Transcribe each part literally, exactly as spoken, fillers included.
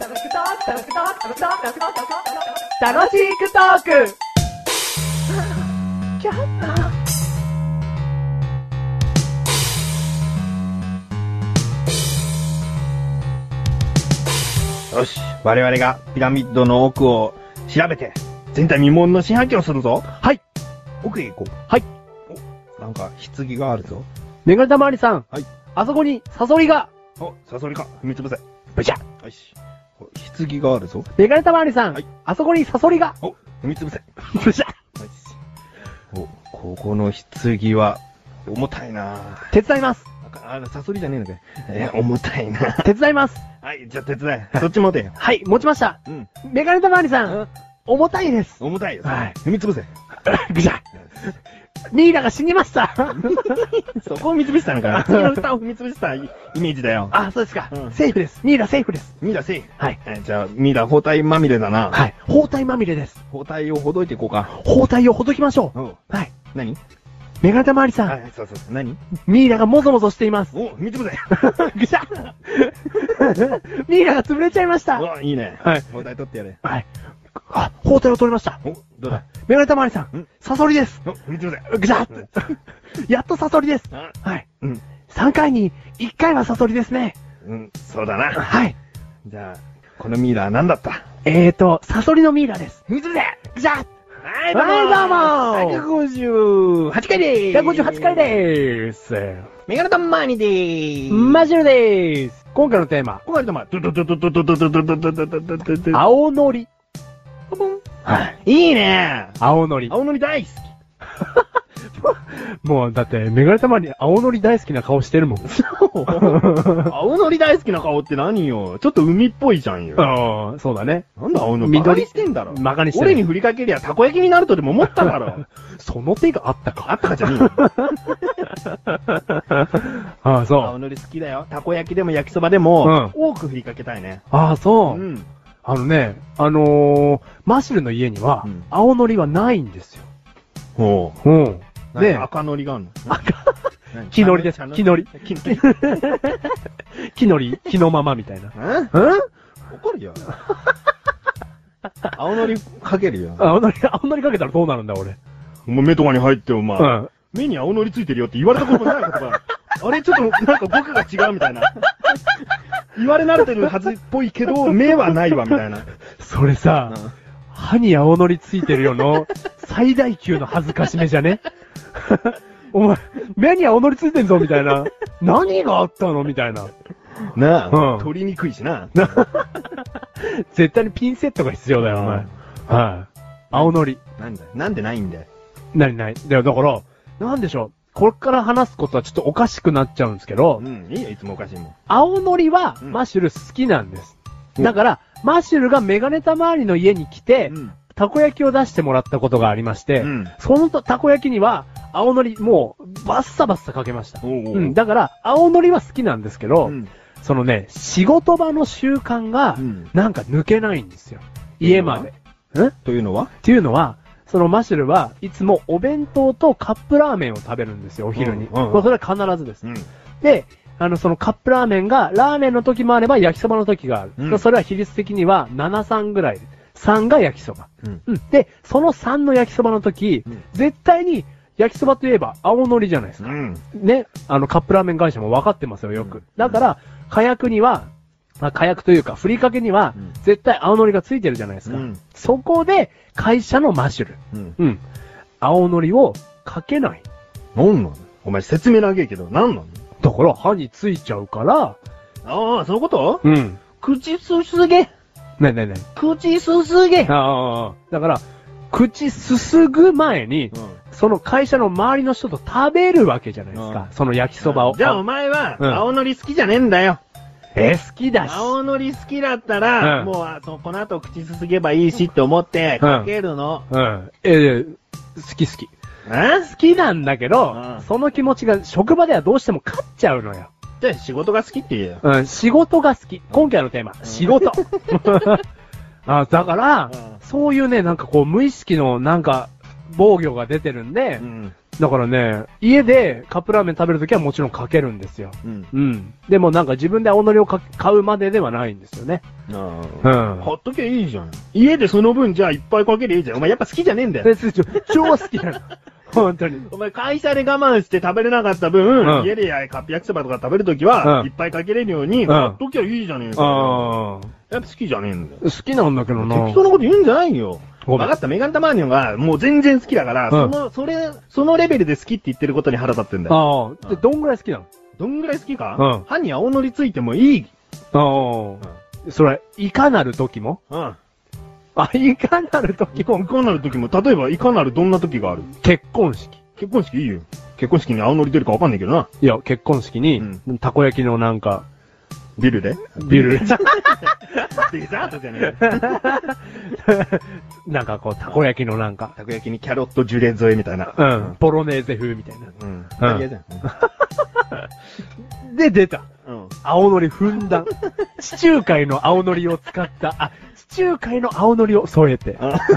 楽しくトークよし、我々がピラミッドの奥を調べて、前代未聞の新発見をするぞ。 はい。 奥へ行こう。 はい。 お、なんか、棺があるぞ。 メガネたまわりさん。 はい。 あそこに、サソリが。 お、サソリか。踏みつぶせ。 ブシャ。 よし。棺があるぞ。 メガネたまわりさん。 はい。 あそこにサソリが。 お、踏みつぶせ。 ブシャ。 よし。お、ここの棺は、重たいなぁ。 手伝います。 あ、あの、サソリじゃねえのかよ。え、重たいな。 手伝います。 はい、じゃあ手伝え。そっち持てよ。 はい、持ちました。 うん。 メガネたまわりさん。 うん重たいです。 重たいよ。 はい。 踏みつぶせ。 ぐしゃ。ミイラが死にました。 そこを踏みつぶしたのか。次の蓋を踏みつぶしたイメージだよ。 あ、そうですか。 うんセーフです。ミイラセーフです。 ミイラせい。 はい。 えじゃあ、ミイラ包帯まみれだな。 はい。包帯まみれです。 包帯をほどいていこうか。 包帯をほどきましょう。 うん。 はい。 何メガネたまわりさん。 はい、そうそうそう。何ミイラがもぞもぞしています。 お、踏みつぶせ。 ぐしゃ。ミイラが潰れちゃいました。 お、いいね。 はい包帯取ってやれ。 はい。あ、包帯を取りました。 お、どうだメガネたまわりさんん。サソリです。 お、踏みつぶせ。 ぐしゃ。やっとサソリです。 あはい。 うん。 さんかいにいっかいはサソリですね。 うん、そうだな。 はい。 じゃあ、このミイラは何だったえーと、サソリのミイラです。 踏みつぶせ。 ぐしゃ。 はい、 どうもはい、どうもひゃくごじゅうはちかいでーす。 ひゃくごじゅうはちかいでーす。 メガネタマーニでーす。 マジルでーす。今回のテーマ、 今回のテーマ、ドドドドドドドドドドドドドドドド青のり。 はい。いいね青のり。 青のり大好もう、だって、メガネたまわり青のり大好きな顔してるもん。 き。青のり大好きな顔って何よちょっと海っぽいじゃんよ。 ああ、そうだね。 なんだ青のり緑バカにしてんだろ。 バカにしてる俺に振りかけりゃたこ焼きになるとでも思っただろ。 その手があったか。 あったかじゃねえよ。 ああ、そう。 青のり好きだよ。たこ焼きでも焼きそばでも、多く振りかけたいね。 ああ、そう。 ん。 あのね、あのー、マシルの家にはうん、 青のりはないんですよ。 ほうん。 う。 ねね赤のりがあるの木のりです。木のり。 木のり。 木のり、木のままみたいな。 えうん怒るよ。青のりかけるよ。 青のり、青のりかけたらどうなるんだ、俺。 お前目とかに入ってお前、 うん目に青のりついてるよって言われたことないことが。あれちょっとなんか僕が違うみたいな。言われ慣れてるはずっぽいけど、目はないわみたいな。 それさ、歯に青のりついてるよの、最大級の恥ずかしめじゃねお前、目に青のりついてんぞ、みたいな。何があったのみたいな。 なあ、 うん取りにくいしな。 絶対にピンセットが必要だよ、お前。はい。青のり。 なんだなんでないんだよ。 なになにだよ、だから、なんでしょう。これから話すことはちょっとおかしくなっちゃうんですけど、 うん、いいよ、いつもおかしいもん。 青のりはうんマッシュル好きなんです。 うんだから、マッシュルがメガネたまわりの家に来て、 うん。 たこ焼きを出してもらったことがありまして、 うんそのたこ焼きには、青のり、もう、バッサバッサかけました。 おうおううん、だから、青のりは好きなんですけど、 うんそのね、仕事場の習慣がう、んなんか抜けないんですよ。家まで。んっというのはていうのは、そのマシュルはいつもお弁当とカップラーメンを食べるんですよ、お昼に。 うんうんうんまあそれは必ずです。 うん。 で、あの、そのカップラーメンが、ラーメンの時もあれば焼きそばの時がある。 うんそれは比率的にはななさんぐらい。さんが焼きそば。 うん。 うん。で、そのさんの焼きそばの時、 うん絶対に焼きそばといえば青のりじゃないですか。 うん。 ね、あの、カップラーメン会社も分かってますよ、よく。 うんだから、火薬には、まあ、火薬というか、ふりかけにはうん、 絶対青のりがついてるじゃないですか。 うんそこで、会社のマシュル。 うん。 うん。青のりをかけない。 なんなのお前説明長いけど、なんなのだから、歯についちゃうから、 ああ、そういうことうん。 口すすげ。 ねえねえねえ。 口すすげ。 ああ、だから、口すすぐ前に、その会社の周りの人と食べるわけじゃないですか。 うんその焼きそばを。 じゃあお前は、 うん青のり好きじゃねえんだよ。 えー好きだし。 青のり好きだったら、 うんもうあと、この後口すすげばいいしって思って、かけるの。 うん。えー好き好き。 え好きなんだけど、 うんその気持ちが職場ではどうしても勝っちゃうのよ。 じゃあ仕事が好きって言えよ。 うん、仕事が好き。今回のテーマ、仕事。あだから、 うんそういうね、なんかこう、無意識の、なんか、 防御が出てるんで、 うん。 だからね、家でカップラーメン食べるときはもちろんかけるんですよ。 うん。 うん。でもなんか自分で青のりをか買うまでではないんですよね。 ああ。 うん。 ほっときゃいいじゃん。家でその分じゃあいっぱいかけりゃいいじゃん。お前やっぱ好きじゃねえんだよ。 別にちょ超好きなの。本当に。 お前会社で我慢して食べれなかった分、 うん家でやカップ焼きそばとか食べるときは、 うんいっぱいかけれるように、 うんほっときゃいいじゃねえかよ。 あやっぱ好きじゃねえんだよ。 あ。好きなんだけどな。 適当なこと言うんじゃないよ。 ごめん分かった、メガネタマーニョがもう全然好きだから、 うんその、それ、そのレベルで好きって言ってることに腹立ってんだよ。 ああ。で、どんぐらい好きなどんぐらい好きかうん歯に青のりついてもいい。 の？ああ。それ、いかなる時もうん。 あ、いかなる時もいかなる時も、例えばいかなるどんな時がある？ 結婚式。 結婚式いいよ。結婚式に青のり出るかわかんないけどな。 いや、結婚式に、 うたこ焼きのなんか、 ビルでビル。 デザートじゃねえよ。 なんかこう、たこ焼きのなんか、 たこ焼きにキャロットジュレ添えみたいな。 うん、ポロネーゼ風みたいな。 うん。イタリアじゃん。 で、出た。 うん。 青のりふんだん。地中海の青のりを使った、あ、地中海の青のりを添えて。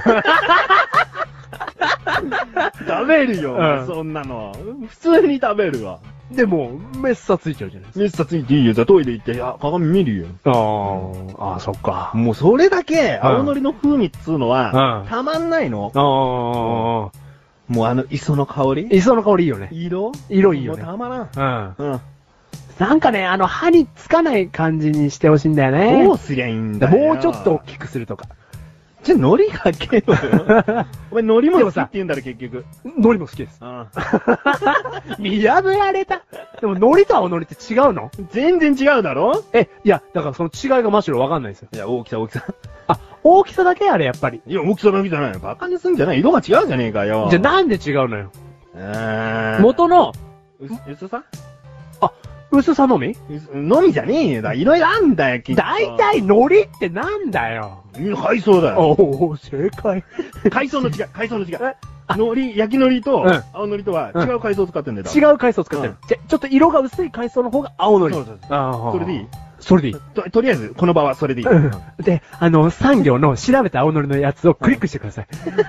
食べるよ、 うんそんなの。普通に食べるわ。 でも、めっさついちゃうじゃないですメッサついていいよ。じゃあトイレ行って、いや、鏡見るよ。 か。ああ、ああ、そっか。 もうそれだけ、青のりの風味っつうのはう、んたまんないの。 ああ、 もうあの磯の香り磯の香りいいよね。 色色いいよねもうたまらん。 うん。 うん。 なんかね、あの、歯につかない感じにしてほしいんだよね。 どうすりゃいいんだよ。 もうちょっと大きくするとか。 じゃあ海苔かけろよ。お前海苔も好きって言うんだろ、結局。 海苔も好きです。 あ見破られた。でも、海苔と青海苔って違うの？ 全然違うだろえ、いや、だからその違いがむしろわかんないですよ。 いや、大きさ大きさ。 あ、大きさだけあれ、やっぱり。 いや、大きさだけじゃないよ。バカにすんじゃない。色が違うじゃねえかよ。 じゃあなんで違うのよ。 うーん。 元の、 うす、薄さ薄さのみのみじゃねえよ。だ、いろいろあんだよ、きっと。 だいたい海苔ってなんだよ。 うん海藻だよ。 おお、正解。 海藻の違い、海藻の違い。 え海苔、焼き海苔とうん、 青海苔とはうん違う海藻を使ってんだよ。 違う海藻使ってるうん。 じゃ、ちょっと色が薄い海藻の方が青海苔。 そうそうそうああそれでいいそれでいい。 と、とりあえず、この場はそれでいい。 うんで、あの、産業の調べた青のりのやつをクリックしてください。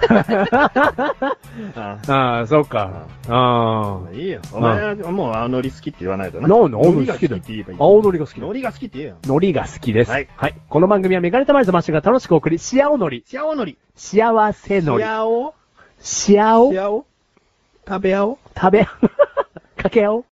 あああ、そうか。ああ。いいよ。お前はもう青のり好きって言わないとあ。 な。 なんで青の海苔が好きり好きだよって言えばいい。 青のりが好きだよ。 海苔が好きって言えよ。 海苔が好きです。 はいはい。この番組はメガネたまりとマッシュが楽しくお送り、幸おのり。 幸おのり。 幸せのり。 幸お幸お幸お食べ合おう食べ、かけ合おう